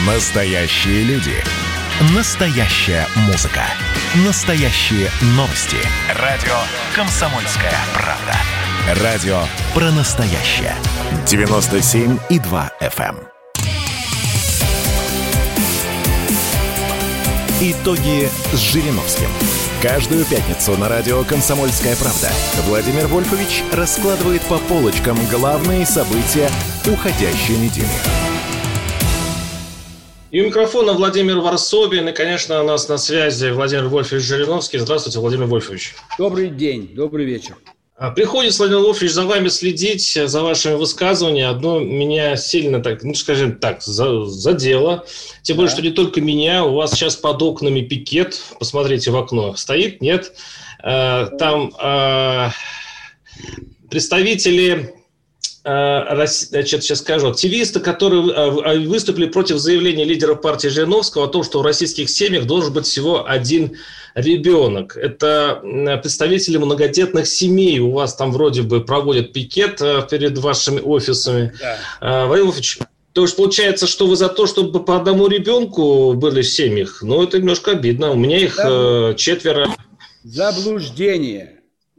Настоящие люди. Настоящая музыка. Настоящие новости. Радио «Комсомольская правда». Радио про настоящее. 97,2 FM. Итоги с Жириновским. Каждую пятницу на радио «Комсомольская правда» Владимир Вольфович раскладывает по полочкам главные события уходящей недели. И у микрофона Владимир Варсобин. И, конечно, у нас на связи Владимир Вольфович Жириновский. Здравствуйте, Владимир Вольфович. Добрый день, добрый вечер. Приходится, Владимир Вольфович, за вами следить, за вашими высказываниями. Одно меня сильно так, скажем так, задело. Тем более, что не только меня. У вас сейчас под окнами пикет. Посмотрите в окно. Стоит? Нет? Там представители... Значит, сейчас скажу. Активисты, которые выступили против заявления лидеров партии Жириновского о том, что в российских семьях должен быть всего один ребенок. Это представители многодетных семей. У вас там вроде бы проводят пикет перед вашими офисами. Да. Владимир Вольфович, то есть получается, что вы за то, чтобы по одному ребенку были в семьях? Ну, это немножко обидно. У меня их 4. Заблуждение.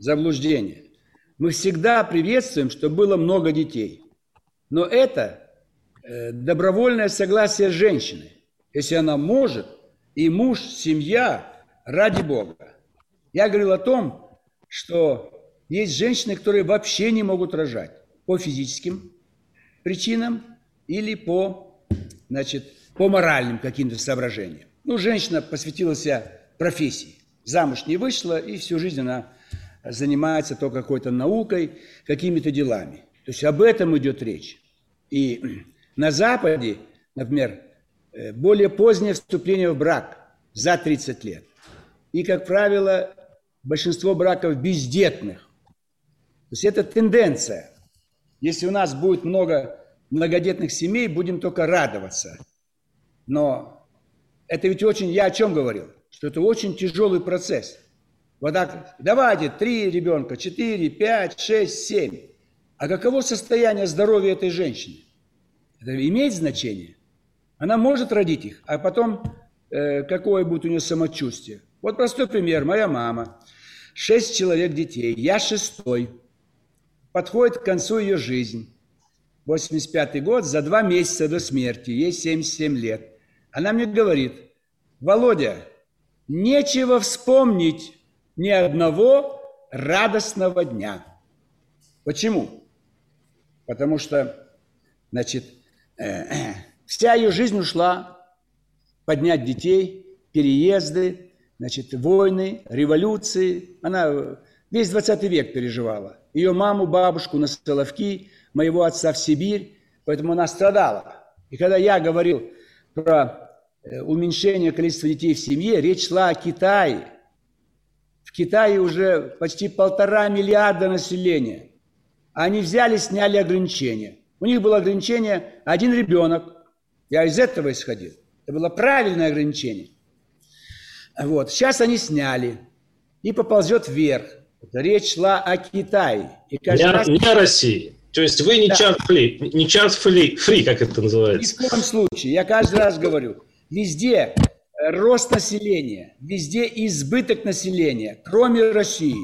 Мы всегда приветствуем, чтобы было много детей. Но это добровольное согласие женщины. Если она может, и муж, семья, ради Бога. Я говорил о том, что есть женщины, которые вообще не могут рожать. По физическим причинам или по моральным каким-то соображениям. Женщина посвятила себя профессии. Замуж не вышла, и всю жизнь она занимается то какой-то наукой, какими-то делами. То есть об этом идет речь. И на Западе, например, более позднее вступление в брак за 30 лет. И, как правило, большинство браков бездетных. То есть это тенденция. Если у нас будет много многодетных семей, будем только радоваться. Но это ведь очень, я о чем говорил? Что это очень тяжелый процесс. Вот так, давайте 3 ребенка, 4, 5, 6, 7. А каково состояние здоровья этой женщины? Это имеет значение? Она может родить их, а потом какое будет у нее самочувствие? Вот простой пример. Моя мама, 6 человек детей, я 6-й. Подходит к концу ее жизнь. 85-й год, за 2 месяца до смерти, ей 77 лет. Она мне говорит: Володя, нечего вспомнить ни одного радостного дня. Почему? Потому что, вся ее жизнь ушла поднять детей, переезды, войны, революции. Она весь 20 век переживала. Ее маму, бабушку на Соловки, моего отца в Сибирь, поэтому она страдала. И когда я говорил про уменьшение количества детей в семье, речь шла о Китае. В Китае уже почти 1,5 миллиарда населения. Они взяли, сняли ограничения. У них было ограничение 1 ребенок. Я из этого исходил. Это было правильное ограничение. Вот. Сейчас они сняли. И поползет вверх. Это речь шла о Китае. И не о России. То есть вы не чарт-фри, как это называется? Ни в коем случае. Я каждый раз говорю. Везде рост населения, везде избыток населения, кроме России.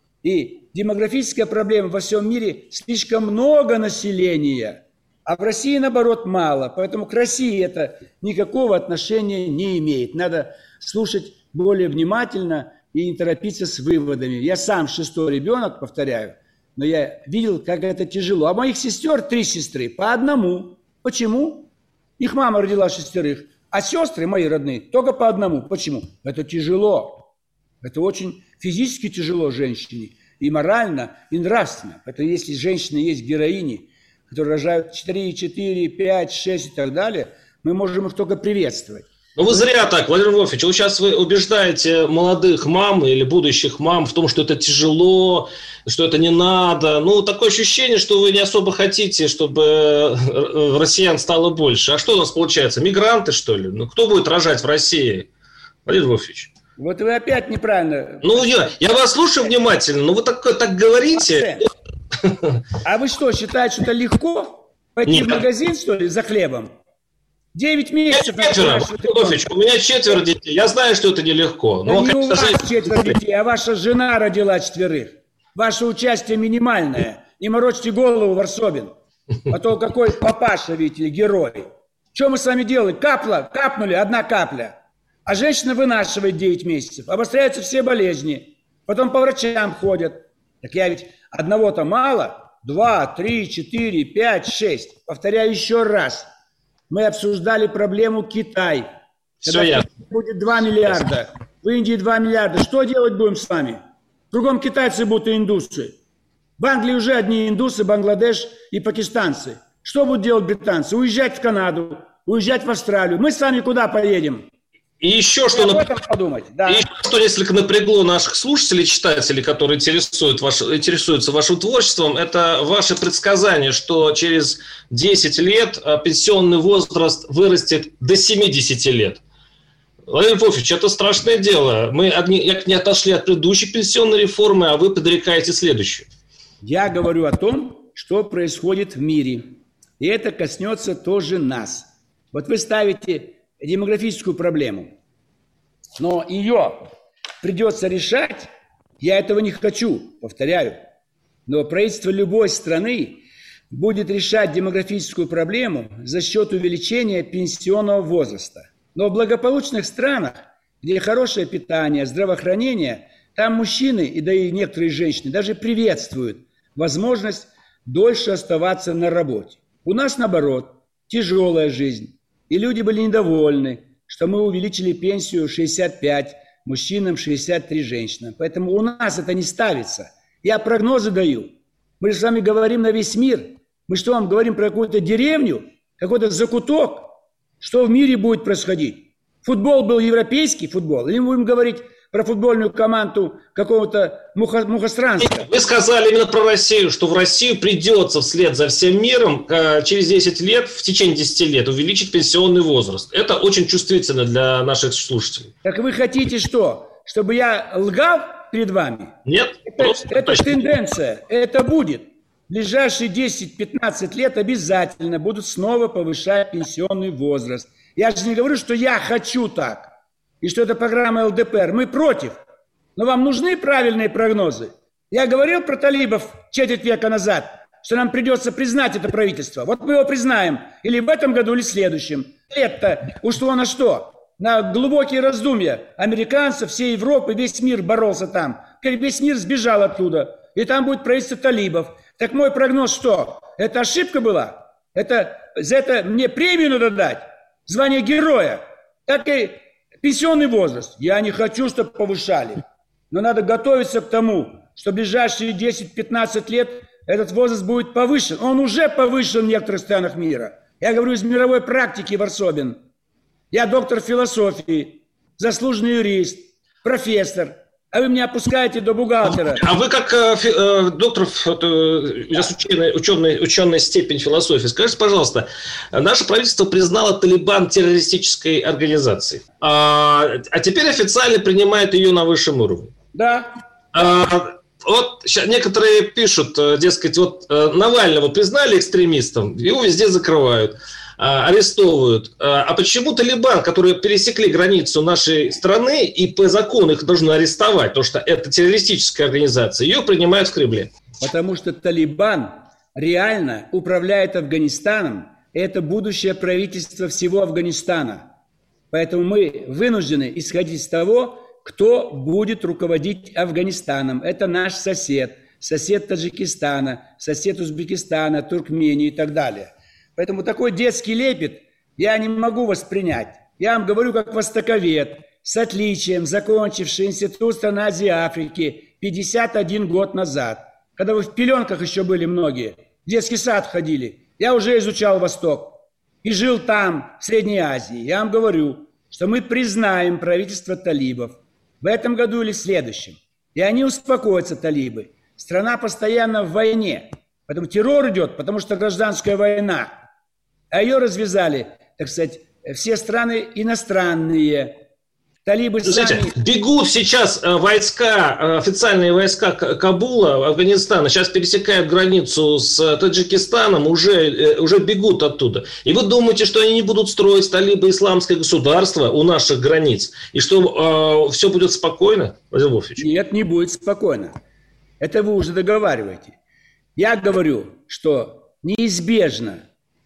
И демографическая проблема во всем мире: слишком много населения, а в России, наоборот, мало. Поэтому к России это никакого отношения не имеет. Надо слушать более внимательно и не торопиться с выводами. Я сам 6-й ребенок, повторяю, но я видел, как это тяжело. А моих сестер 3 сестры, по одному. Почему? Их мама родила 6. А сестры мои родные только по одному. Почему? Это тяжело. Это очень физически тяжело женщине. И морально, и нравственно. Поэтому если женщины есть героини, которые рожают 4, 4, 5, 6 и так далее, мы можем их только приветствовать. Ну вы зря так, Владимир Вольфович. Вот сейчас вы убеждаете молодых мам или будущих мам в том, что это тяжело, что это не надо. Такое ощущение, что вы не особо хотите, чтобы россиян стало больше. А что у нас получается? Мигранты, что ли? Кто будет рожать в России? Владимир Вольфович. Вот вы опять неправильно. Я вас слушаю внимательно, но вы так говорите. А вы что, считаете, что это легко? Пойти в магазин, что ли, за хлебом? 9 месяцев. У меня 4 детей. Я знаю, что это нелегко. Да не у вас 4 детей, а ваша жена родила 4. Ваше участие минимальное. Не морочьте голову, Варсобин. А то какой папаша, видите ли, герой. Что мы с вами делали? Капнули, 1 капля. А женщина вынашивает 9 месяцев. Обостряются все болезни. Потом по врачам ходят. Так я ведь одного-то мало. 2, 3, 4, 5, 6. Повторяю еще раз. Мы обсуждали проблему Китай. Все ясно. Будет 2 миллиарда. В Индии 2 миллиарда. Что делать будем с вами? Кругом китайцы будут и индусы. В Англии уже одни индусы, Бангладеш и пакистанцы. Что будут делать британцы? Уезжать в Канаду, уезжать в Австралию. Мы с вами куда поедем? И еще что, да. И еще что несколько напрягло наших слушателей, читателей, которые интересуются вашим творчеством, это ваше предсказание, что через 10 лет пенсионный возраст вырастет до 70 лет. Владимир Вольфович, это страшное дело. Мы не отошли от предыдущей пенсионной реформы, а вы подрекаете следующую. Я говорю о том, что происходит в мире. И это коснется тоже нас. Вот вы ставите демографическую проблему, но ее придется решать. Я этого не хочу, повторяю. Но правительство любой страны будет решать демографическую проблему за счет увеличения пенсионного возраста. Но в благополучных странах, где хорошее питание, здравоохранение, там мужчины, и да и некоторые женщины, даже приветствуют возможность дольше оставаться на работе. У нас, наоборот, тяжелая жизнь. И люди были недовольны, что мы увеличили пенсию 65 мужчинам, 63 женщинам. Поэтому у нас это не ставится. Я прогнозы даю. Мы же с вами говорим на весь мир. Мы что, вам говорим про какую-то деревню, какой-то закуток? Что в мире будет происходить? Футбол был европейский футбол? Или мы будем говорить про футбольную команду какого-то мухостранства? Вы сказали именно про Россию, что в Россию придется вслед за всем миром через 10 лет, в течение 10 лет увеличить пенсионный возраст. Это очень чувствительно для наших слушателей. Так вы хотите что? Чтобы я лгал перед вами? Нет. Это тенденция. Это будет. В ближайшие 10-15 лет обязательно будут снова повышать пенсионный возраст. Я же не говорю, что я хочу так. И что это программа ЛДПР. Мы против. Но вам нужны правильные прогнозы. Я говорил про талибов четверть века назад, что нам придется признать это правительство. Вот мы его признаем. Или в этом году, или в следующем. Это ушло на что? На глубокие раздумья американцев, всей Европы, весь мир боролся там. Весь мир сбежал оттуда. И там будет правительство талибов. Так мой прогноз что? Это ошибка была? За это мне премию надо дать? Звание героя? Так и пенсионный возраст. Я не хочу, чтобы повышали. Но надо готовиться к тому, что в ближайшие 10-15 лет этот возраст будет повышен. Он уже повышен в некоторых странах мира. Я говорю из мировой практики, Варсобин. Я доктор философии, заслуженный юрист, профессор. А вы меня опускаете до бухгалтера. А вы как доктор, ученая степень философии, скажите, пожалуйста, наше правительство признало Талибан террористической организацией, а теперь официально принимает ее на высшем уровне. Да. Вот некоторые пишут, дескать, вот Навального признали экстремистом, его везде закрывают. Арестовывают. А почему Талибан, которые пересекли границу нашей страны и по закону их должны арестовать, потому что это террористическая организация, ее принимают в Кремле? Потому что Талибан реально управляет Афганистаном, и это будущее правительство всего Афганистана. Поэтому мы вынуждены исходить из того, кто будет руководить Афганистаном. Это наш сосед Таджикистана, сосед Узбекистана, Туркмении и так далее. Поэтому такой детский лепет я не могу воспринять. Я вам говорю как востоковед, с отличием, закончивший Институт стран Азии и Африки 51 год назад, когда вы в пеленках еще были многие, в детский сад ходили. Я уже изучал Восток и жил там, в Средней Азии. Я вам говорю, что мы признаем правительство талибов в этом году или в следующем. И они успокоятся, талибы. Страна постоянно в войне. Поэтому террор идет, потому что гражданская война. А ее развязали, так сказать, все страны иностранные. Талибы Слушайте, сами... бегут сейчас войска, официальные войска Кабула, Афганистана, сейчас пересекают границу с Таджикистаном, уже бегут оттуда. И вы думаете, что они не будут строить талибы исламское государство у наших границ? И что все будет спокойно, Владимир Вольфович? Нет, не будет спокойно. Это вы уже договариваете. Я говорю, что неизбежно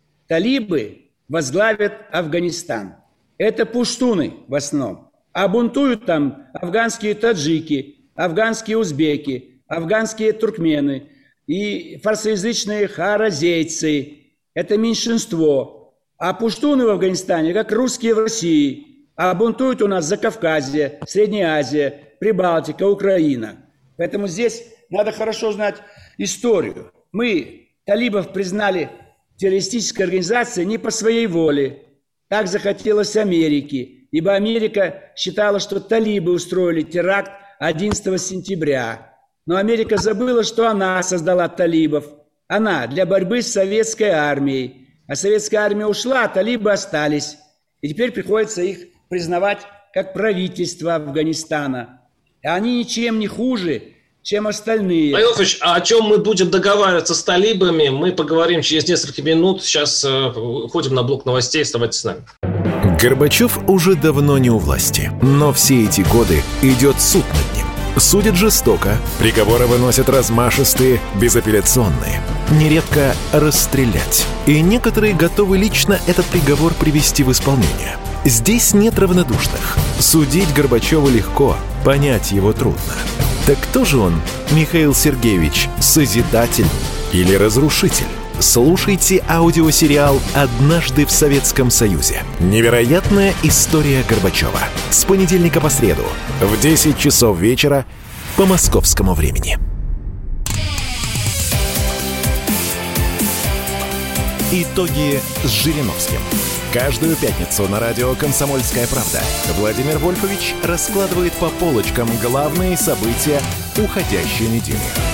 талибы возглавят Афганистан. Это пуштуны в основном. А бунтуют там афганские таджики, афганские узбеки, афганские туркмены и фарсоязычные харазейцы. Это меньшинство. А пуштуны в Афганистане, как русские в России. А бунтуют у нас Закавказье, Средняя Азия, Прибалтика, Украина. Поэтому здесь надо хорошо знать историю. Мы талибов признали террористической организацией не по своей воле. Так захотелось Америке. Ибо Америка считала, что талибы устроили теракт 11 сентября. Но Америка забыла, что она создала талибов. Она для борьбы с советской армией. А советская армия ушла, а талибы остались. И теперь приходится их признавать как правительство Афганистана. И они ничем не хуже, чем остальные. Владимир Вольфович, а о чем мы будем договариваться с талибами, мы поговорим через несколько минут. Сейчас уходим на блок новостей. Оставайтесь с нами. Горбачев уже давно не у власти, но все эти годы идет суд над ним. Судят жестоко, приговоры выносят размашистые, безапелляционные. Нередко расстрелять. И некоторые готовы лично этот приговор привести в исполнение. Здесь нет равнодушных. Судить Горбачева легко, понять его трудно. Так кто же он, Михаил Сергеевич, созидатель или разрушитель? Слушайте аудиосериал «Однажды в Советском Союзе». Невероятная история Горбачева. С понедельника по среду в 10 часов вечера по московскому времени. Итоги с Жириновским. Каждую пятницу на радио «Комсомольская правда» Владимир Вольфович раскладывает по полочкам главные события уходящей недели.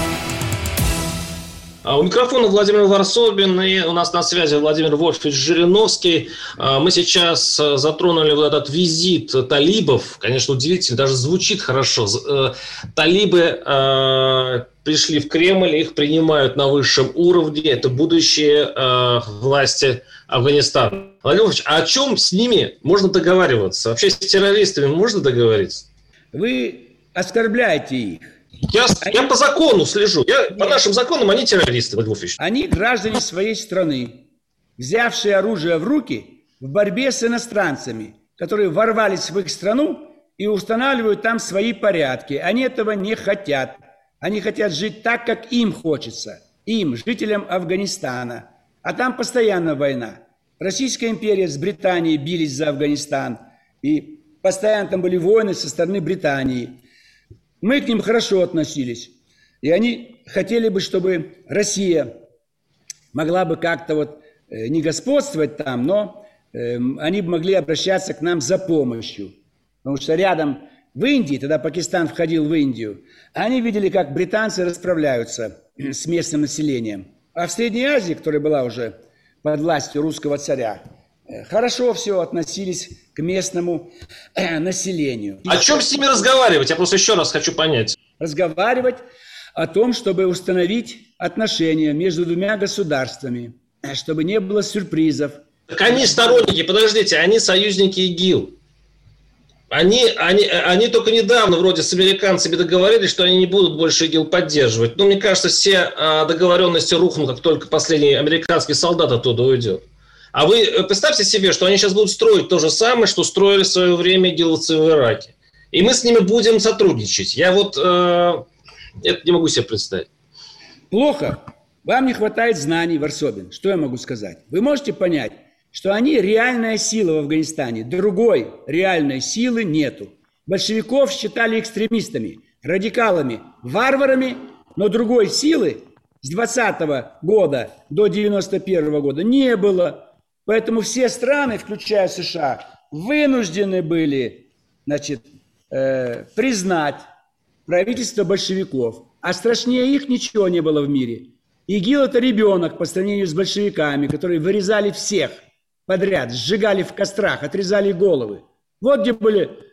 У микрофона Владимир Варсобин, и у нас на связи Владимир Вольфович Жириновский. Мы сейчас затронули вот этот визит талибов. Конечно, удивительно, даже звучит хорошо. Талибы пришли в Кремль, их принимают на высшем уровне. Это будущие власти Афганистана. Владимир Вольфович, а о чем с ними можно договариваться? Вообще с террористами можно договориться? Вы оскорбляете их. Я по закону слежу. По нашим законам они террористы, Владимир Вольфович. Они граждане своей страны, взявшие оружие в руки в борьбе с иностранцами, которые ворвались в их страну и устанавливают там свои порядки. Они этого не хотят. Они хотят жить так, как им хочется. Им, жителям Афганистана. А там постоянно война. Российская империя с Британией бились за Афганистан. И постоянно там были войны со стороны Британии. Мы к ним хорошо относились. И они хотели бы, чтобы Россия могла бы как-то не господствовать там, но они бы могли обращаться к нам за помощью. Потому что рядом в Индии, тогда Пакистан входил в Индию, они видели, как британцы расправляются с местным населением. А в Средней Азии, которая была уже под властью русского царя, хорошо все относились к местному населению. О чем с ними разговаривать? Я просто еще раз хочу понять. Разговаривать о том, чтобы установить отношения между двумя государствами, чтобы не было сюрпризов. Так они сторонники, подождите, они союзники ИГИЛ. Они только недавно вроде с американцами договорились, что они не будут больше ИГИЛ поддерживать. Но мне кажется, все договоренности рухнут, как только последний американский солдат оттуда уйдет. А вы представьте себе, что они сейчас будут строить то же самое, что строили в свое время игиловцы в Ираке. И мы с ними будем сотрудничать. Я это не могу себе представить. Плохо. Вам не хватает знаний, Варсобин. Что я могу сказать? Вы можете понять, что они реальная сила в Афганистане. Другой реальной силы нету. Большевиков считали экстремистами, радикалами, варварами, но другой силы с 20-го года до 91-го года не было. Поэтому все страны, включая США, вынуждены были, признать правительство большевиков. А страшнее их ничего не было в мире. ИГИЛ – это ребенок по сравнению с большевиками, которые вырезали всех подряд, сжигали в кострах, отрезали головы. Вот где были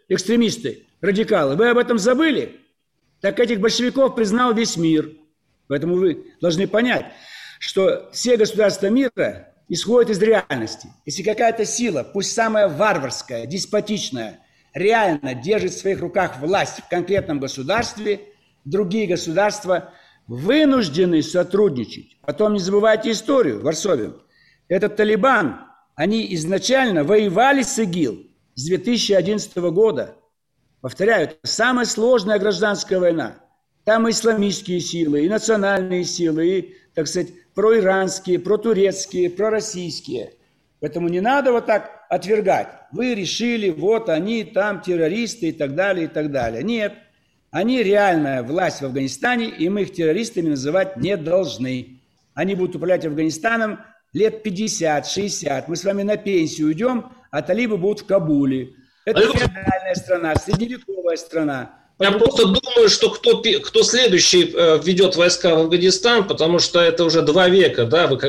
экстремисты, радикалы. Вы об этом забыли? Так этих большевиков признал весь мир. Поэтому вы должны понять, что все государства мира исходят из реальности. Если какая-то сила, пусть самая варварская, деспотичная, реально держит в своих руках власть в конкретном государстве, другие государства вынуждены сотрудничать. Потом не забывайте историю, Варсобин. Этот Талибан, они изначально воевали с ИГИЛ с 2011 года. Повторяю, это самая сложная гражданская война. Там и исламистские силы, и национальные силы, и, так сказать, проиранские, протурецкие, пророссийские. Поэтому не надо вот так отвергать. Вы решили, вот они там террористы и так далее, и так далее. Нет, они реальная власть в Афганистане, и мы их террористами называть не должны. Они будут управлять Афганистаном лет 50-60. Мы с вами на пенсию уйдем, а талибы будут в Кабуле. Это феодальная страна, средневековая страна. Я просто думаю, что кто следующий ведет войска в Афганистан, потому что это уже 2 века, да, вы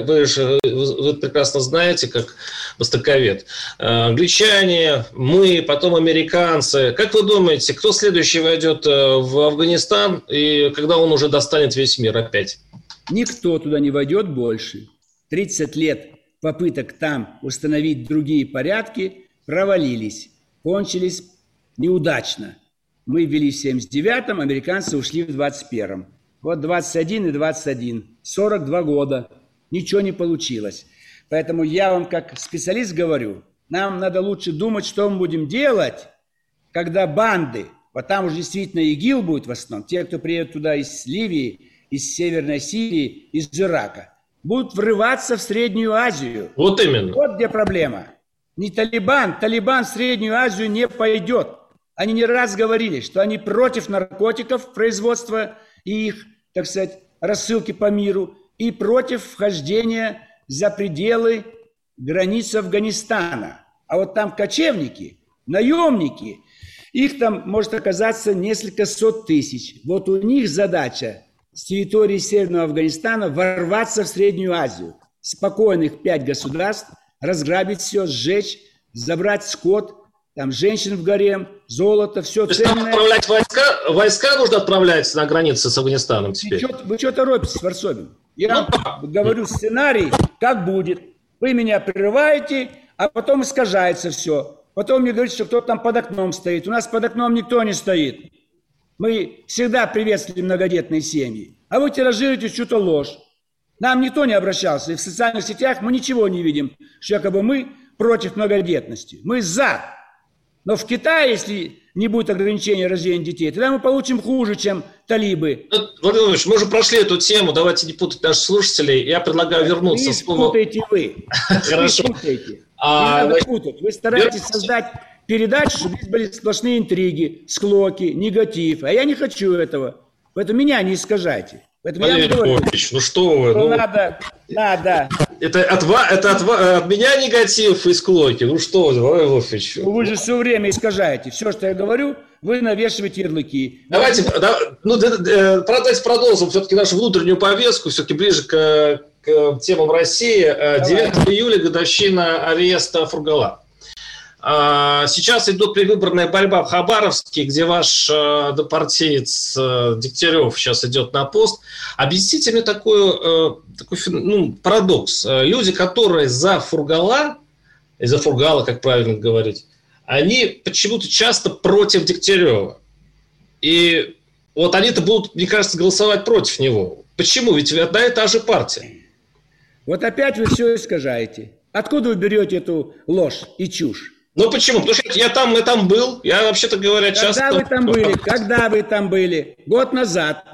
прекрасно знаете, как востоковед. Англичане, мы, потом американцы. Как вы думаете, кто следующий войдет в Афганистан, и когда он уже достанет весь мир опять? Никто туда не войдет больше. 30 лет попыток там установить другие порядки провалились, кончились неудачно. Мы ввели в 79-м, американцы ушли в 21-м. Вот 21 и 21. 42 года. Ничего не получилось. Поэтому я вам как специалист говорю, нам надо лучше думать, что мы будем делать, когда банды, вот там уже действительно ИГИЛ будет в основном, те, кто приедет туда из Ливии, из Северной Сирии, из Ирака, будут врываться в Среднюю Азию. Вот именно. Вот где проблема. Не Талибан. Талибан в Среднюю Азию не пойдет. Они не раз говорили, что они против наркотиков, производства и их, так сказать, рассылки по миру, и против вхождения за пределы границ Афганистана. А вот там кочевники, наемники, их там может оказаться несколько сот тысяч. Вот у них задача с территории Северного Афганистана ворваться в Среднюю Азию. Спокойных 5 государств, разграбить все, сжечь, забрать скот, там женщин в гарем, золото, все ценное. Отправлять войска нужно отправлять на границе с Афганистаном теперь. Вы что торопитесь, Варсобин? Я вам говорю сценарий, как будет. Вы меня прерываете, а потом искажается все. Потом мне говорите, что кто-то там под окном стоит. У нас под окном никто не стоит. Мы всегда приветствуем многодетные семьи. А вы тиражируете чью-то ложь. Нам никто не обращался. И в социальных сетях мы ничего не видим, что якобы мы против многодетности. Мы за. Но в Китае, если не будет ограничения рождения детей, тогда мы получим хуже, чем талибы. Владимир Владимирович, мы уже прошли эту тему, давайте не путать наших слушателей. Я предлагаю вернуться. Не путаете вы. Хорошо. Вы путаете. Не надо путать. Вы стараетесь создать передачу, чтобы здесь были сплошные интриги, склоки, негатив. А я не хочу этого. Поэтому меня не искажайте. Поэтому Владимир Львович, ну что вы? Ну, надо. Это от меня негатив и склоки. Ну что вы, Владимир Львович? Вы же все время искажаете. Все, что я говорю, вы навешиваете ярлыки. Давайте продолжим все-таки нашу внутреннюю повестку, все-таки ближе к темам России. 9 июля, годовщина ареста Фургала. Сейчас идет предвыборная борьба в Хабаровске, где ваш допартиец Дегтярев сейчас идет на пост. Объясните мне такой парадокс. Люди, которые за Фургала, как правильно говорить, они почему-то часто против Дегтярева. И вот они-то будут, мне кажется, голосовать против него. Почему? Ведь одна и та же партия. Вот опять вы все искажаете. Откуда вы берете эту ложь и чушь? Ну почему? Потому что я там был, я вообще-то говоря часто... Когда вы там были? Год назад.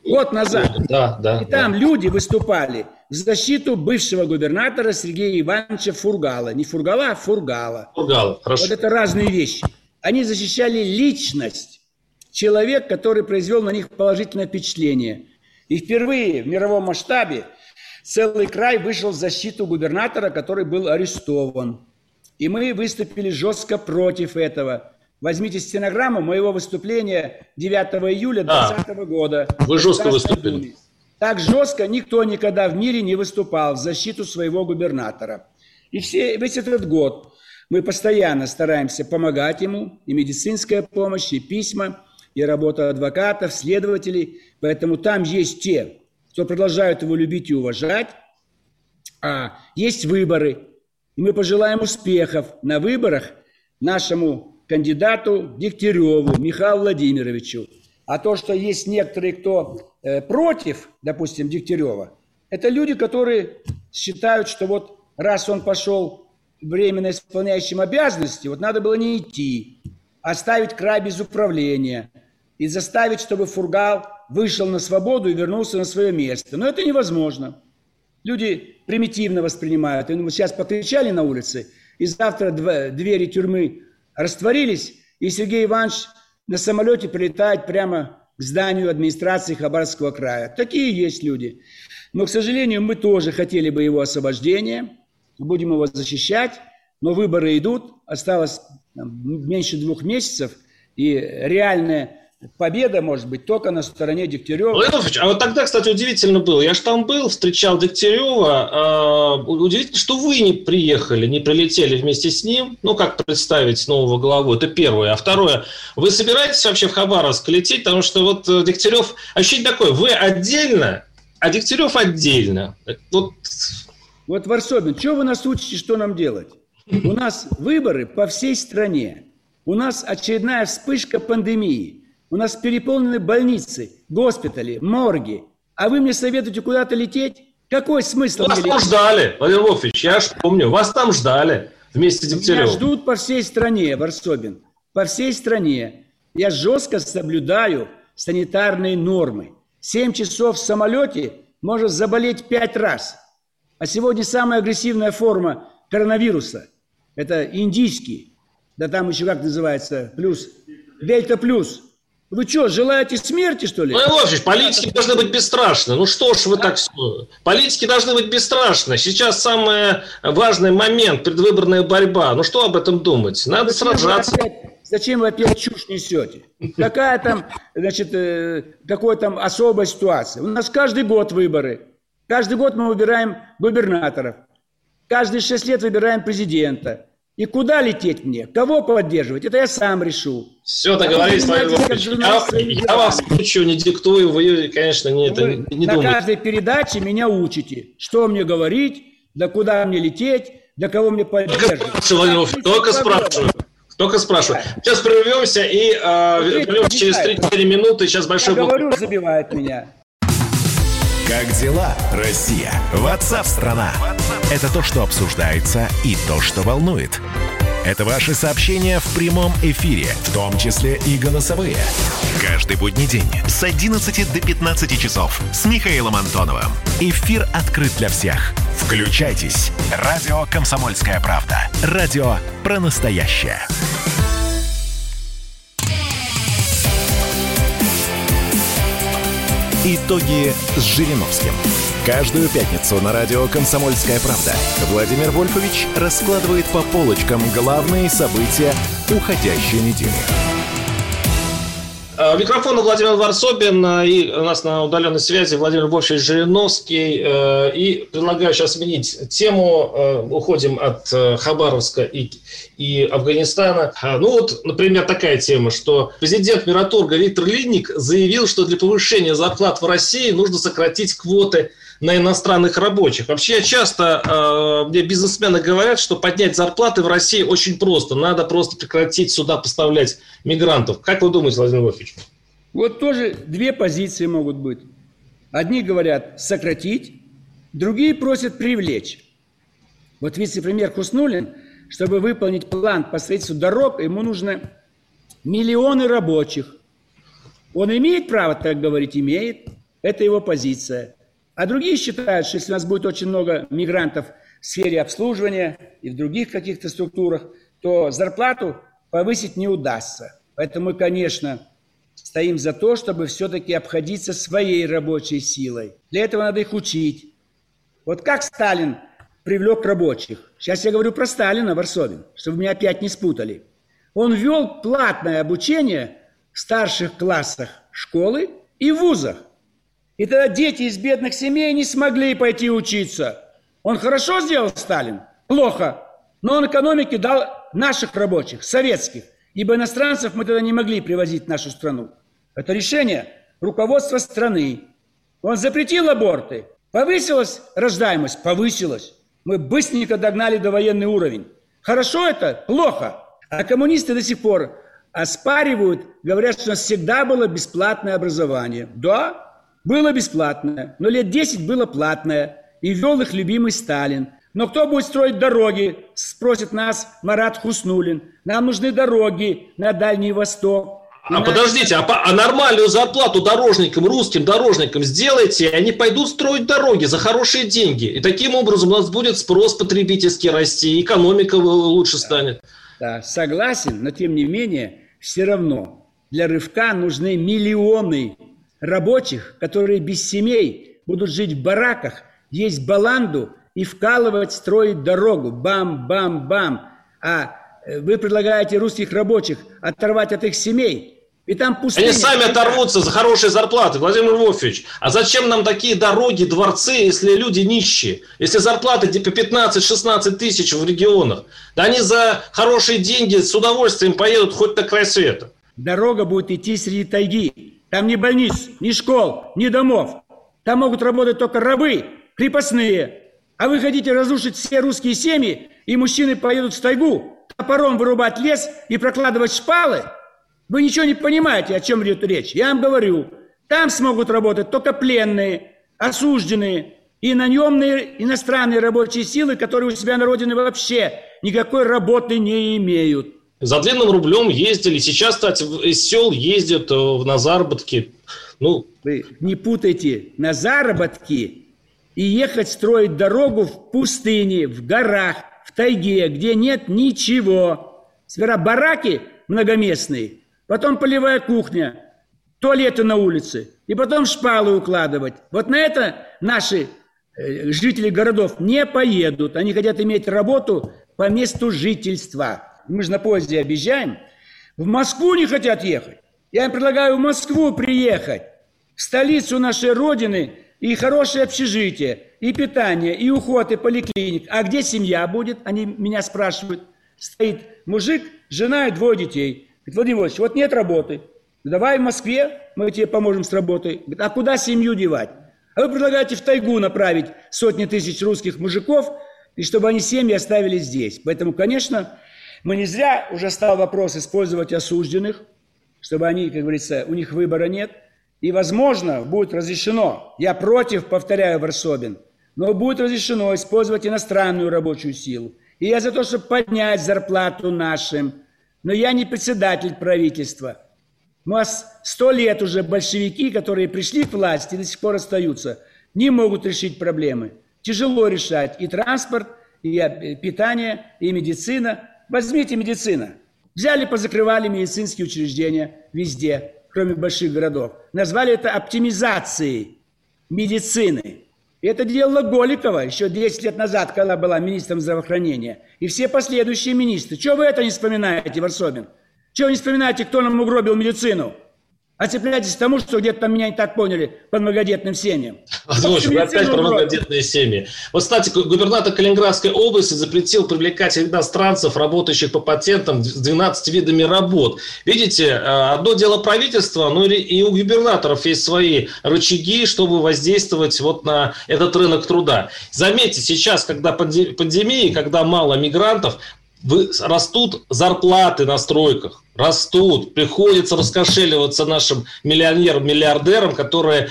Да. И там люди выступали в защиту бывшего губернатора Сергея Ивановича Фургала. Не Фургала, а Фургала. Фургала, хорошо. Вот это разные вещи. Они защищали личность, человек, который произвел на них положительное впечатление. И впервые в мировом масштабе целый край вышел в защиту губернатора, который был арестован. И мы выступили жестко против этого. Возьмите стенограмму моего выступления 9 июля 2020 года. Вы жестко выступили. Так жестко никто никогда в мире не выступал в защиту своего губернатора. И весь этот год Мы постоянно стараемся помогать ему, и медицинская помощь, и письма, и работа адвокатов, следователей. Поэтому там есть те, кто продолжают его любить и уважать. А есть выборы. И мы пожелаем успехов на выборах нашему кандидату Дегтяреву Михаилу Владимировичу. А то, что есть некоторые, кто против, допустим, Дегтярева, это люди, которые считают, что вот раз он пошел временно исполняющим обязанности, вот надо было не идти, оставить край без управления и заставить, чтобы Фургал вышел на свободу и вернулся на свое место. Но это невозможно. Люди примитивно воспринимают. И сейчас покричали на улице, и завтра двери тюрьмы растворились, и Сергей Иванович на самолете прилетает прямо к зданию администрации Хабаровского края. Такие есть люди. Но, к сожалению, мы тоже хотели бы его освобождения, будем его защищать, но выборы идут, осталось меньше 2 месяцев, и реальная победа может быть только на стороне Дегтярева. Владимир Вольфович, а вот тогда, кстати, удивительно было. Я же там был, встречал Дегтярева. Удивительно, что вы не приехали, не прилетели вместе с ним. Ну, как представить нового главу? Это первое. А второе, вы собираетесь вообще в Хабаровск лететь? Потому что вот Дегтярев, ощущение такое, вы отдельно, а Дегтярев отдельно. Вот, Варсобин, что вы нас учите, что нам делать? У нас выборы по всей стране. У нас очередная вспышка пандемии. У нас переполнены больницы, госпитали, морги. А вы мне советуете куда-то лететь? Какой смысл? Вас там ждали, Владимир Вольфович, я же помню. Вас там ждали вместе с Дегтяревым. Меня ждут по всей стране, Варсобин. По всей стране. Я жестко соблюдаю санитарные нормы. 7 часов в самолете может заболеть 5 раз. А сегодня самая агрессивная форма коронавируса – это индийский. Да там еще как называется? Плюс. Дельта плюс. Вы что, желаете смерти, что ли? Владимир Вольфович, политики должны быть бесстрашны. Ну что ж вы так все? Политики должны быть бесстрашны. Сейчас самый важный момент, предвыборная борьба. Ну что об этом думать? Надо сражаться. Зачем вы опять чушь несете? Какая там, какой там особая ситуация? У нас каждый год выборы. Каждый год мы выбираем губернаторов. Каждые 6 лет выбираем президента. И куда лететь мне? Кого поддерживать? Это я сам решу. Все, договорились, Владимир Вольфович. Я вас учу, не диктую, вы, конечно, не думаете. На каждой передаче меня учите. Что мне говорить, да куда мне лететь, да кого мне поддерживать. Только спрашиваю. Сейчас прервемся и вернемся через 3-4 минуты. Сейчас большой блок. Говорю, забивает меня. Как дела, Россия? WhatsApp-страна! Это то, что обсуждается, и то, что волнует. Это ваши сообщения в прямом эфире, в том числе и голосовые. Каждый будний день с 11 до 15 часов с Михаилом Антоновым. Эфир открыт для всех. Включайтесь. Радио «Комсомольская правда». Радио про настоящее. Итоги с Жириновским. Каждую пятницу на радио «Комсомольская правда» Владимир Вольфович раскладывает по полочкам главные события уходящей недели. Микрофон у Владимира Варсобин, и у нас на удаленной связи Владимир Вольфович Жириновский. И предлагаю сейчас сменить тему. Уходим от Хабаровска и Афганистана. Ну вот, например, такая тема, что президент Мираторга Виктор Линник заявил, что для повышения зарплат в России нужно сократить квоты на иностранных рабочих. Вообще часто мне бизнесмены говорят, что поднять зарплаты в России очень просто. Надо просто прекратить сюда поставлять мигрантов. Как вы думаете, Владимир Вольфович? Вот тоже 2 позиции могут быть. Одни говорят сократить, другие просят привлечь. Вот вице-премьер Хуснуллин, чтобы выполнить план по строительству дорог, ему нужно миллионы рабочих. Он имеет право так говорить? Имеет. Это его позиция. А другие считают, что если у нас будет очень много мигрантов в сфере обслуживания и в других каких-то структурах, то зарплату повысить не удастся. Поэтому мы, конечно, стоим за то, чтобы все-таки обходиться своей рабочей силой. Для этого надо их учить. Вот как Сталин привлек рабочих? Сейчас я говорю про Сталина, Варсобин, чтобы меня опять не спутали. Он ввел платное обучение в старших классах школы и вузах. И тогда дети из бедных семей не смогли пойти учиться. Он хорошо сделал, Сталин? Плохо. Но он экономике дал наших рабочих, советских, ибо иностранцев мы тогда не могли привозить в нашу страну. Это решение руководства страны. Он запретил аборты. Повысилась рождаемость? Повысилась. Мы быстренько догнали довоенный уровень. Хорошо это? Плохо. А коммунисты до сих пор оспаривают, говорят, что у нас всегда было бесплатное образование. Да, было бесплатное, но лет 10 было платное. И вел их любимый Сталин. Но кто будет строить дороги, спросит нас Марат Хуснуллин. Нам нужны дороги на Дальний Восток. Подождите, а нормальную зарплату дорожникам, русским дорожникам сделайте, и они пойдут строить дороги за хорошие деньги. И таким образом у нас будет спрос потребительский расти, экономика лучше станет. Да, согласен, но тем не менее, все равно для рывка нужны миллионы рабочих, которые без семей будут жить в бараках, есть баланду и вкалывать, строить дорогу. Бам-бам-бам. А вы предлагаете русских рабочих оторвать от их семей. И там пустыня. Они сами оторвутся за хорошие зарплаты, Владимир Львович. А зачем нам такие дороги, дворцы, если люди нищие? Если зарплаты по 15-16 тысяч в регионах, да они за хорошие деньги с удовольствием поедут хоть на край света. Дорога будет идти среди тайги. Там ни больниц, ни школ, ни домов. Там могут работать только рабы, крепостные. А вы хотите разрушить все русские семьи, и мужчины поедут в тайгу, топором вырубать лес и прокладывать шпалы? Вы ничего не понимаете, о чем идет речь. Я вам говорю, там смогут работать только пленные, осужденные и наемные иностранные рабочие силы, которые у себя на родине вообще никакой работы не имеют. За длинным рублем ездили. Сейчас, кстати, из сел ездят на заработки. Вы не путайте на заработки и ехать строить дорогу в пустыне, в горах, в тайге, где нет ничего. Сперва бараки многоместные, потом полевая кухня, туалеты на улице, и потом шпалы укладывать. Вот на это наши жители городов не поедут. Они хотят иметь работу по месту жительства. Мы же на поезде объезжаем. В Москву не хотят ехать. Я им предлагаю в Москву приехать, в столицу нашей Родины, и хорошее общежитие, и питание, и уход, и поликлиник. А где семья будет? Они меня спрашивают. Стоит мужик, жена и 2 детей. Говорит: Владимир Владимирович, вот нет работы. Давай в Москве, мы тебе поможем с работой. Говорит: а куда семью девать? А вы предлагаете в тайгу направить сотни тысяч русских мужиков, и чтобы они семьи оставили здесь. Поэтому, конечно, мы не зря уже стал вопрос использовать осужденных, чтобы они, как говорится, у них выбора нет. И, возможно, будет разрешено, я против, повторяю, Варсобин, но будет разрешено использовать иностранную рабочую силу. И я за то, чтобы поднять зарплату нашим. Но я не председатель правительства. У нас 100 лет уже большевики, которые пришли к власти и до сих пор остаются, не могут решить проблемы. Тяжело решать и транспорт, и питание, и медицина. Возьмите медицину. Взяли, позакрывали медицинские учреждения везде, кроме больших городов. Назвали это оптимизацией медицины. И это делала Голикова еще 10 лет назад, когда была министром здравоохранения. И все последующие министры. Чего вы это не вспоминаете, Варсобин? Чего вы не вспоминаете, кто нам угробил медицину? А цепляйтесь к тому, что где-то там меня не так поняли под многодетным семьям. Слушай, вы опять про многодетные семьи. Вот, кстати, губернатор Калининградской области запретил привлекать иностранцев, работающих по патентам с 12 видами работ. Видите, одно дело правительство, но и у губернаторов есть свои рычаги, чтобы воздействовать вот на этот рынок труда. Заметьте, сейчас, когда пандемия, когда мало мигрантов, растут зарплаты на стройках, растут, приходится раскошеливаться нашим миллионерам, миллиардерам, которые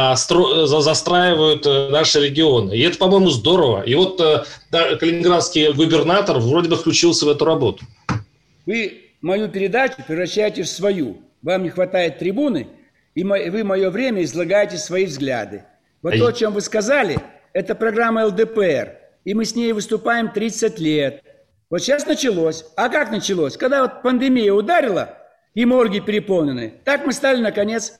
застраивают наши регионы. И это, по-моему, здорово. И вот калининградский губернатор вроде бы включился в эту работу. Вы мою передачу превращаете в свою. Вам не хватает трибуны, и вы мое время излагаете свои взгляды. Вот то, о чем вы сказали, это программа ЛДПР, и мы с ней выступаем 30 лет. Вот сейчас началось. А как началось? Когда вот пандемия ударила, и морги переполнены, так мы стали, наконец,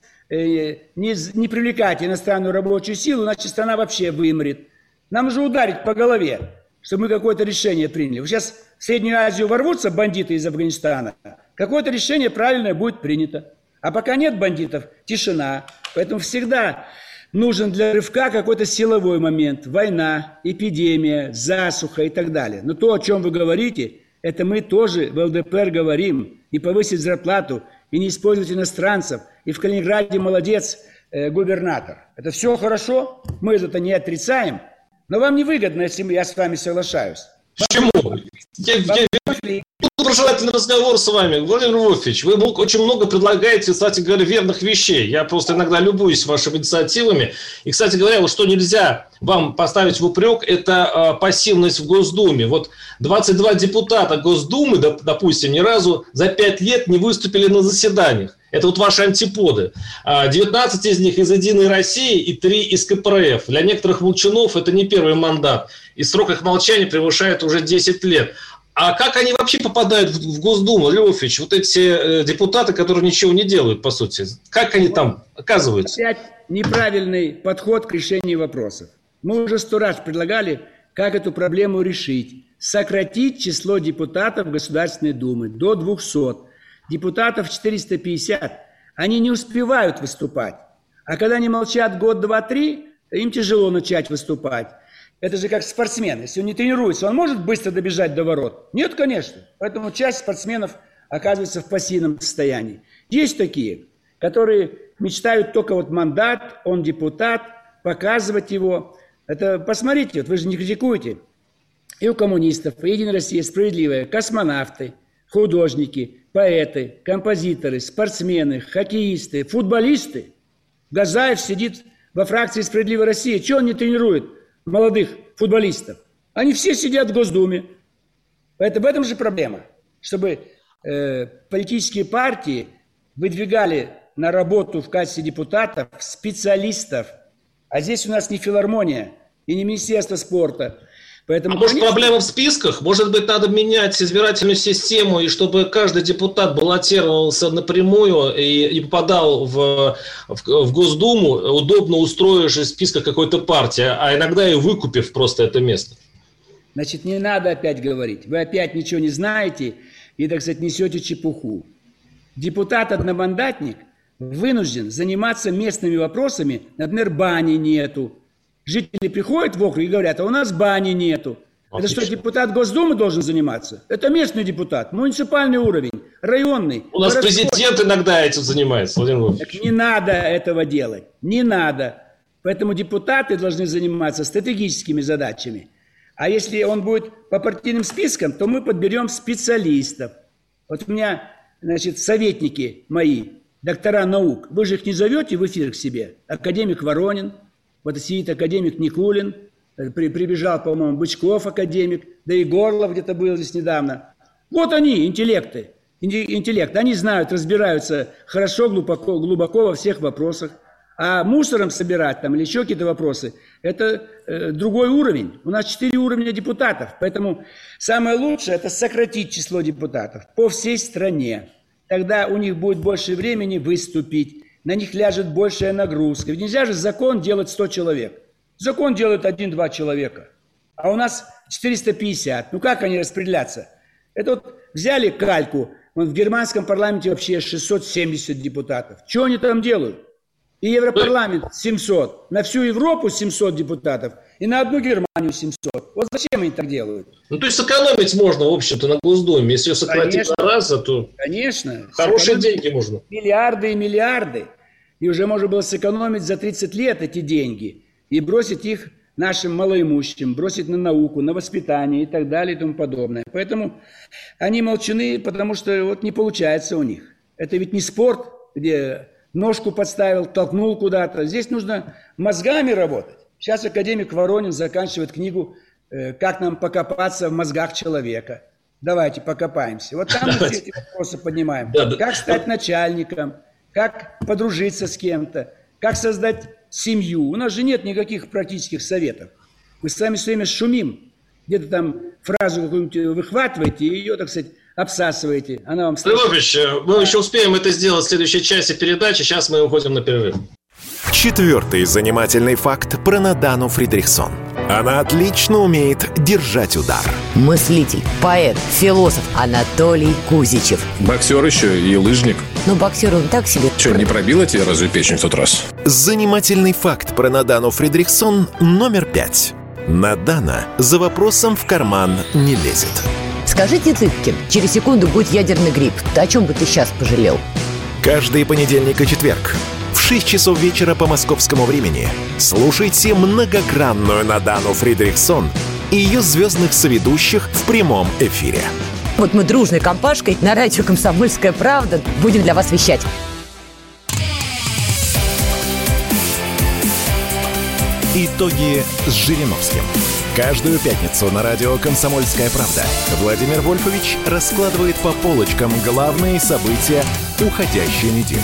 не привлекать иностранную рабочую силу, иначе страна вообще вымрет. Нам нужно ударить по голове, чтобы мы какое-то решение приняли. Вот сейчас в Среднюю Азию ворвутся бандиты из Афганистана, какое-то решение правильное будет принято. А пока нет бандитов, тишина. Поэтому всегда нужен для рывка какой-то силовой момент. Война, эпидемия, засуха и так далее. Но то, о чем вы говорите, это мы тоже в ЛДПР говорим. И повысить зарплату, и не использовать иностранцев. И в Калининграде молодец губернатор. Это все хорошо, мы это не отрицаем. Но вам невыгодно, если я с вами соглашаюсь. Почему? Тут доброжелательный разговор с вами. Владимир Львович, вы очень много предлагаете, кстати говоря, верных вещей. Я просто иногда любуюсь вашими инициативами. И, кстати говоря, вот что нельзя вам поставить в упрек, это пассивность в Госдуме. Вот 22 депутата Госдумы, допустим, ни разу за 5 лет не выступили на заседаниях. Это вот ваши антиподы. 19 из них из «Единой России» и 3 из КПРФ. Для некоторых молчунов это не первый мандат. И срок их молчания превышает уже 10 лет. А как они вообще попадают в Госдуму, Львович? Вот эти депутаты, которые ничего не делают, по сути. Как они там оказываются? Опять неправильный подход к решению вопросов. Мы уже 100 раз предлагали, как эту проблему решить. Сократить число депутатов Государственной Думы до 200. Депутатов 450. Они не успевают выступать. А когда они молчат год, два, три, им тяжело начать выступать. Это же как спортсмен. Если он не тренируется, он может быстро добежать до ворот? Нет, конечно. Поэтому часть спортсменов оказывается в пассивном состоянии. Есть такие, которые мечтают только вот мандат, он депутат, показывать его. Это посмотрите, вот вы же не критикуете. И у коммунистов, и Единая Россия, Справедливая, космонавты, художники, поэты, композиторы, спортсмены, хоккеисты, футболисты. Газаев сидит во фракции «Справедливая Россия». Чего он не тренирует молодых футболистов? Они все сидят в Госдуме. Поэтому в этом же проблема. Чтобы политические партии выдвигали на работу в качестве депутатов специалистов. А здесь у нас не филармония и не Министерство спорта. Поэтому, может, проблема в списках? Может быть, надо менять избирательную систему, и чтобы каждый депутат баллотировался напрямую и попадал в Госдуму, удобно устроившись в списках какой-то партии, а иногда и выкупив просто это место? Значит, не надо опять говорить. Вы опять ничего не знаете и, так сказать, несете чепуху. Депутат-одномандатник вынужден заниматься местными вопросами. Например, бани нету. Жители приходят в округ и говорят, а у нас бани нету. Отлично. Это что, депутат Госдумы должен заниматься? Это местный депутат, муниципальный уровень, районный. У нас президент иногда этим занимается, Владимир Владимирович. Так не надо этого делать, не надо. Поэтому депутаты должны заниматься стратегическими задачами. А если он будет по партийным спискам, то мы подберем специалистов. Вот у меня, значит, советники мои, доктора наук, вы же их не зовете в эфир к себе? Академик Воронин. Вот сидит академик Никулин, прибежал, по-моему, Бычков академик, да и Горлов где-то был здесь недавно. Вот они, интеллект. Они знают, разбираются хорошо, глубоко во всех вопросах. А мусором собирать там или еще какие-то вопросы, это другой уровень. У нас 4 уровня депутатов. Поэтому самое лучшее – это сократить число депутатов по всей стране. Тогда у них будет больше времени выступить. На них ляжет большая нагрузка. Ведь нельзя же закон делать 100 человек. Закон делают 1-2 человека. А у нас 450. Ну как они распределятся? Это вот взяли кальку. В германском парламенте вообще 670 депутатов. Что они там делают? И Европарламент 700. На всю Европу 700 депутатов. И на одну Германию 700. Вот зачем они так делают? Ну, то есть сэкономить можно, в общем-то, на Госдуме. Если ее сократить на раз, то конечно. Хорошие деньги можно. Миллиарды и миллиарды. И уже можно было сэкономить за 30 лет эти деньги и бросить их нашим малоимущим, бросить на науку, на воспитание и так далее и тому подобное. Поэтому они молчаны, потому что вот не получается у них. Это ведь не спорт, где ножку подставил, толкнул куда-то. Здесь нужно мозгами работать. Сейчас академик Воронин заканчивает книгу «Как нам покопаться в мозгах человека». Давайте покопаемся. Вот там мы все эти вопросы поднимаем. Как стать начальником? Как подружиться с кем-то, как создать семью. У нас же нет никаких практических советов. Мы с вами все время шумим. Где-то там фразу какую-нибудь выхватываете и ее, так сказать, обсасываете. Она вам Львович, мы еще успеем это сделать в следующей части передачи. Сейчас мы уходим на перерыв. 4-й занимательный факт про Надану Фридрихсон. Она отлично умеет держать удар. Мыслитель, поэт, философ Анатолий Кузичев. Боксер еще и лыжник. Ну, боксер он так себе. Че, не пробила тебе разве печень в тот раз? Занимательный факт про Надану Фридрихсон номер 5. Надана за вопросом в карман не лезет. Скажите, Цыпкин, через секунду будет ядерный грипп. О чем бы ты сейчас пожалел? Каждый понедельник и четверг в 6 часов вечера по московскому времени слушайте многогранную Надану Фридрихсон и ее звездных соведущих в прямом эфире. Вот мы дружной компашкой на радио «Комсомольская правда» будем для вас вещать. Итоги с Жириновским. Каждую пятницу на радио «Комсомольская правда» Владимир Вольфович раскладывает по полочкам главные события уходящей недели.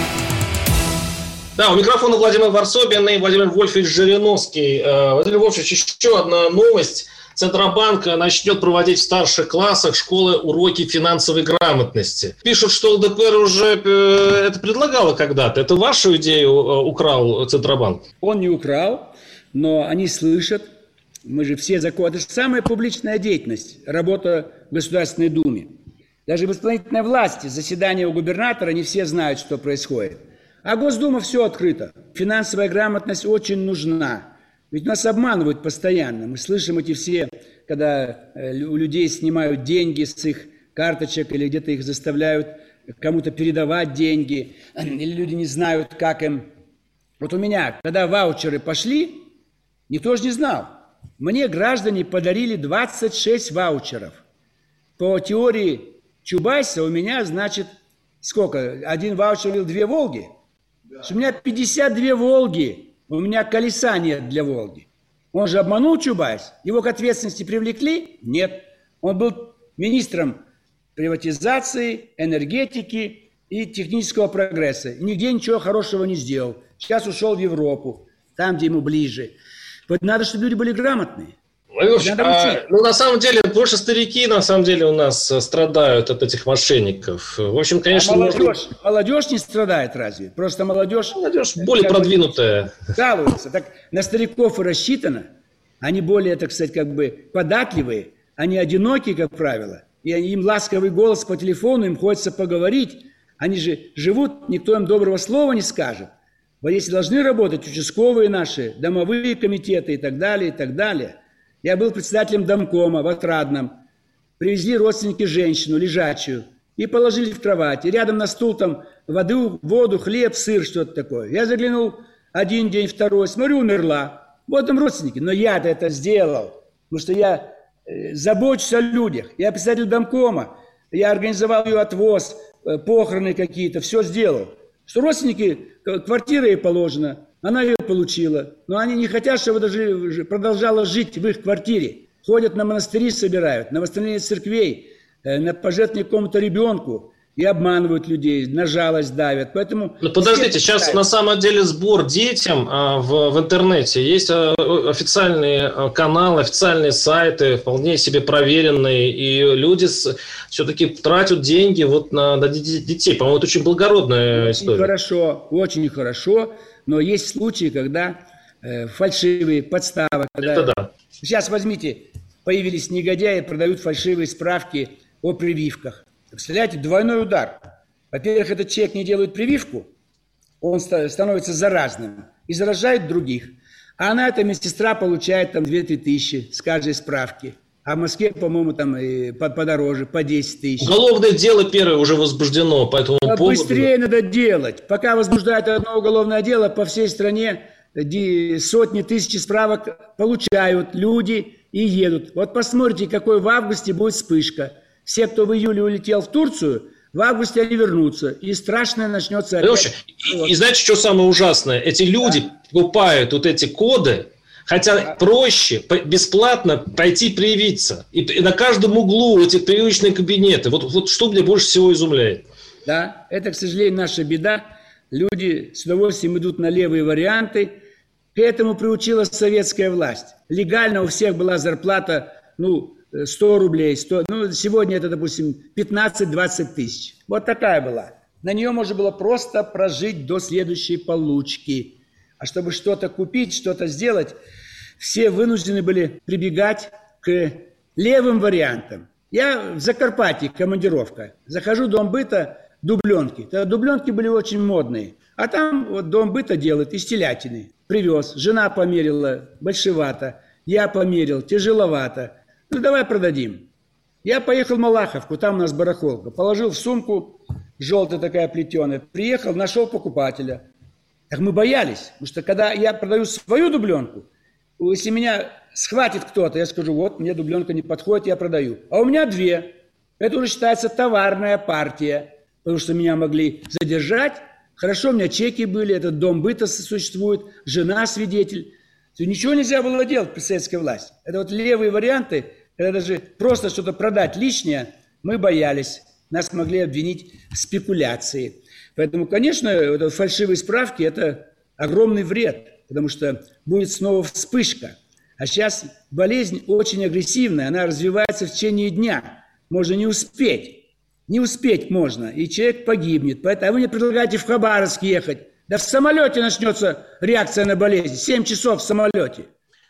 Да, у микрофона Владимир Варсобин и Владимир Вольфович Жириновский. Владимир Вольфович, еще одна новость. Центробанк начнет проводить в старших классах школы уроки финансовой грамотности. Пишут, что ЛДПР уже это предлагало когда-то. Это вашу идею украл Центробанк? Он не украл, но они слышат. Мы же все законы. Это же самая публичная деятельность, работа в Государственной Думе. Даже в исполнительной власти, заседания у губернатора, не все знают, что происходит. А Госдума все открыто. Финансовая грамотность очень нужна. Ведь нас обманывают постоянно. Мы слышим эти все, когда у людей снимают деньги с их карточек или где-то их заставляют кому-то передавать деньги, или люди не знают, как им. Вот у меня, когда ваучеры пошли, никто же не знал. Мне граждане подарили 26 ваучеров. По теории Чубайса у меня, значит, сколько? Один ваучер был 2 «Волги». У меня 52 «Волги». У меня колеса нет для «Волги». Он же обманул Чубайс. Его к ответственности привлекли? Нет. Он был министром приватизации, энергетики и технического прогресса. Нигде ничего хорошего не сделал. Сейчас ушел в Европу, там, где ему ближе. Вот надо, чтобы люди были грамотные. Ну, на самом деле, больше старики, на самом деле, у нас страдают от этих мошенников. В общем, конечно... Молодежь не страдает разве? Просто молодежь более продвинутая. Жалуется. Так на стариков и рассчитано. Они более, так сказать, как бы податливые. Они одинокие, как правило. И им ласковый голос по телефону, им хочется поговорить. Они же живут, никто им доброго слова не скажет. Вот если должны работать участковые наши, домовые комитеты и так далее, и так далее... Я был председателем домкома в Отрадном. Привезли родственники женщину, лежачую, и положили в кровать. И рядом на стул там воду, хлеб, сыр, что-то такое. Я заглянул один день, второй, смотрю, умерла. Вот там родственники. Но я-то это сделал, потому что я забочусь о людях. Я председатель домкома, я организовал ее отвоз, похороны какие-то, все сделал. Что родственники, квартира ей положена. Она ее получила, но они не хотят, чтобы даже продолжала жить в их квартире. Ходят на монастыри, собирают, на восстановление церквей, на пожертвование какому-то ребенку и обманывают людей, на жалость давят. Поэтому подождите, сейчас на самом деле сбор детям в интернете. Есть официальные каналы, официальные сайты, вполне себе проверенные, и люди все-таки тратят деньги вот на детей. По-моему, это очень благородная история. Хорошо, очень хорошо. Но есть случаи, когда фальшивые подставы. Это да. Сейчас возьмите, появились негодяи, продают фальшивые справки о прививках. Представляете, двойной удар. Во-первых, этот человек не делает прививку, он становится заразным и заражает других. А она, эта медсестра, получает там 2-3 тысячи с каждой справки. А в Москве, по-моему, там подороже, по 10 тысяч. Уголовное дело первое уже возбуждено по этому поводу. Быстрее надо делать. Пока возбуждают одно уголовное дело, по всей стране сотни тысяч справок получают люди и едут. Вот посмотрите, какой в августе будет вспышка. Все, кто в июле улетел в Турцию, в августе они вернутся. И страшное начнется опять. И знаете, что самое ужасное? Эти люди покупают вот эти коды, хотя проще, бесплатно пойти привиться. И на каждом углу эти прививочные кабинеты. Вот что меня больше всего изумляет. Да, это, к сожалению, наша беда. Люди с удовольствием идут на левые варианты. К этому приучила советская власть. Легально у всех была зарплата, 100 рублей. Сегодня это, допустим, 15-20 тысяч. Вот такая была. На нее можно было просто прожить до следующей получки. А чтобы что-то купить, что-то сделать, все вынуждены были прибегать к левым вариантам. Я в Закарпатье, командировка. Захожу в Дом быта, дубленки. Тогда дубленки были очень модные. А там вот Дом быта делают из телятины. Привез. Жена померила, большевато. Я померил, тяжеловато. Ну, давай продадим. Я поехал в Малаховку, там у нас барахолка. Положил в сумку, желтая такая плетеная. Приехал, нашел покупателя. Так мы боялись. Потому что когда я продаю свою дубленку, если меня схватит кто-то, я скажу, вот, мне дубленка не подходит, я продаю. А у меня 2. Это уже считается товарная партия. Потому что меня могли задержать. Хорошо, у меня чеки были, этот Дом быта существует, жена свидетель. Ничего нельзя было делать при советской власти. Это вот левые варианты, когда даже просто что-то продать лишнее, мы боялись. Нас могли обвинить в спекуляции. Поэтому, конечно, фальшивые справки – это огромный вред, потому что будет снова вспышка. А сейчас болезнь очень агрессивная, она развивается в течение дня. Можно не успеть. Не успеть можно, и человек погибнет. Поэтому вы мне предлагаете в Хабаровск ехать. Да в самолете начнется реакция на болезнь. 7 часов в самолете.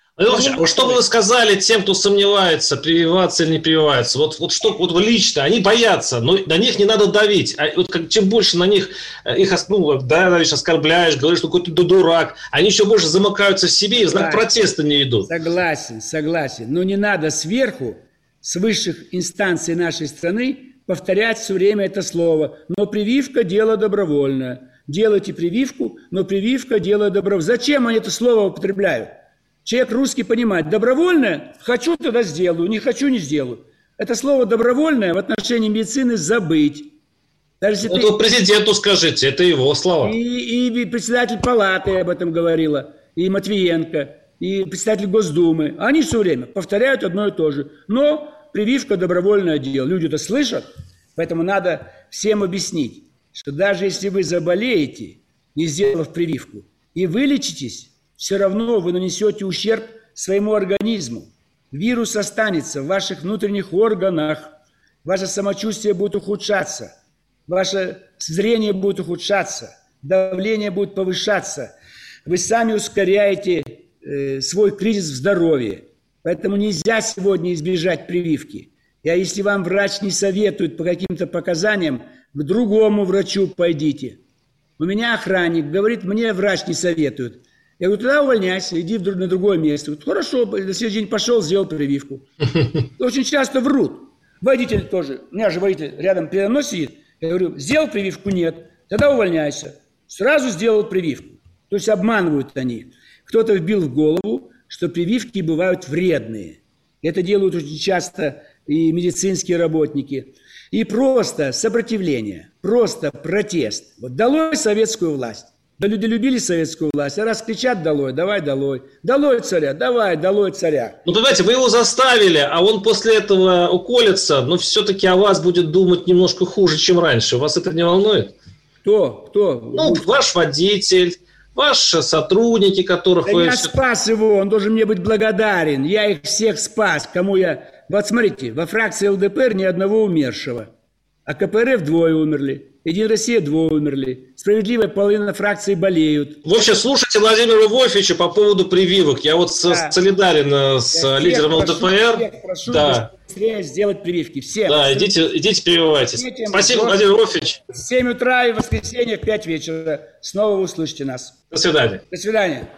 Что бы вы сказали тем, кто сомневается, прививаться или не прививаться? Вот что вот вы лично, они боятся, но на них не надо давить. А вот чем больше на них их давишь, оскорбляешь, говоришь, что какой-то дурак, они еще больше замыкаются в себе и в знак протеста не идут. Согласен. Но не надо сверху, с высших инстанций нашей страны, повторять все время это слово. Но прививка – дело добровольное. Делайте прививку, но прививка – дело добровольное. Зачем они это слово употребляют? Человек русский понимает, добровольное – хочу, тогда сделаю, не хочу, не сделаю. Это слово «добровольное» в отношении медицины забыть. Даже если это президенту скажите, это его слова. И председатель палаты об этом говорила, и Матвиенко, и председатель Госдумы. Они все время повторяют одно и то же. Но прививка – добровольное дело. Люди это слышат, поэтому надо всем объяснить, что даже если вы заболеете, не сделав прививку, и вылечитесь, все равно вы нанесете ущерб своему организму. Вирус останется в ваших внутренних органах, ваше самочувствие будет ухудшаться, ваше зрение будет ухудшаться, давление будет повышаться. Вы сами ускоряете свой кризис в здоровье. Поэтому нельзя сегодня избежать прививки. А если вам врач не советует по каким-то показаниям, к другому врачу пойдите. У меня охранник говорит, мне врач не советует. Я говорю, тогда увольняйся, иди на другое место. Говорит, хорошо, на следующий день пошел, сделал прививку. Очень часто врут. Водитель тоже. У меня же водитель рядом передо мной сидит. Я говорю, сделал прививку? Нет. Тогда увольняйся. Сразу сделал прививку. То есть обманывают они. Кто-то вбил в голову, что прививки бывают вредные. Это делают очень часто и медицинские работники. И просто сопротивление, просто протест. Вот долой советскую власть. Да люди любили советскую власть, а раз кричат долой, давай долой. Долой царя, давай, долой царя. Ну, понимаете, вы его заставили, а он после этого уколется, но все-таки о вас будет думать немножко хуже, чем раньше. Вас это не волнует? Кто? Ну, ваш водитель, ваши сотрудники, которых да вы... Я спас его, он должен мне быть благодарен. Я их всех спас, кому я... Вот смотрите, во фракции ЛДПР ни одного умершего, а КПРФ 2 умерли. Единая Россия 2 умерли. Справедливая половина фракции болеют. В общем, слушайте Владимира Вольфовича по поводу прививок. Я вот солидарен с лидером ЛДПР. Прошу быстрее сделать прививки. Всем. Да, идите прививайтесь. Спасибо, Владимир Вольфович. В 7 утра и в воскресенье в 5 вечера. Снова вы услышите нас. До свидания. До свидания.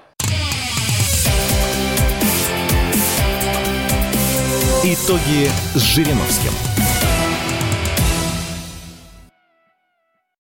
Итоги с Жириновским.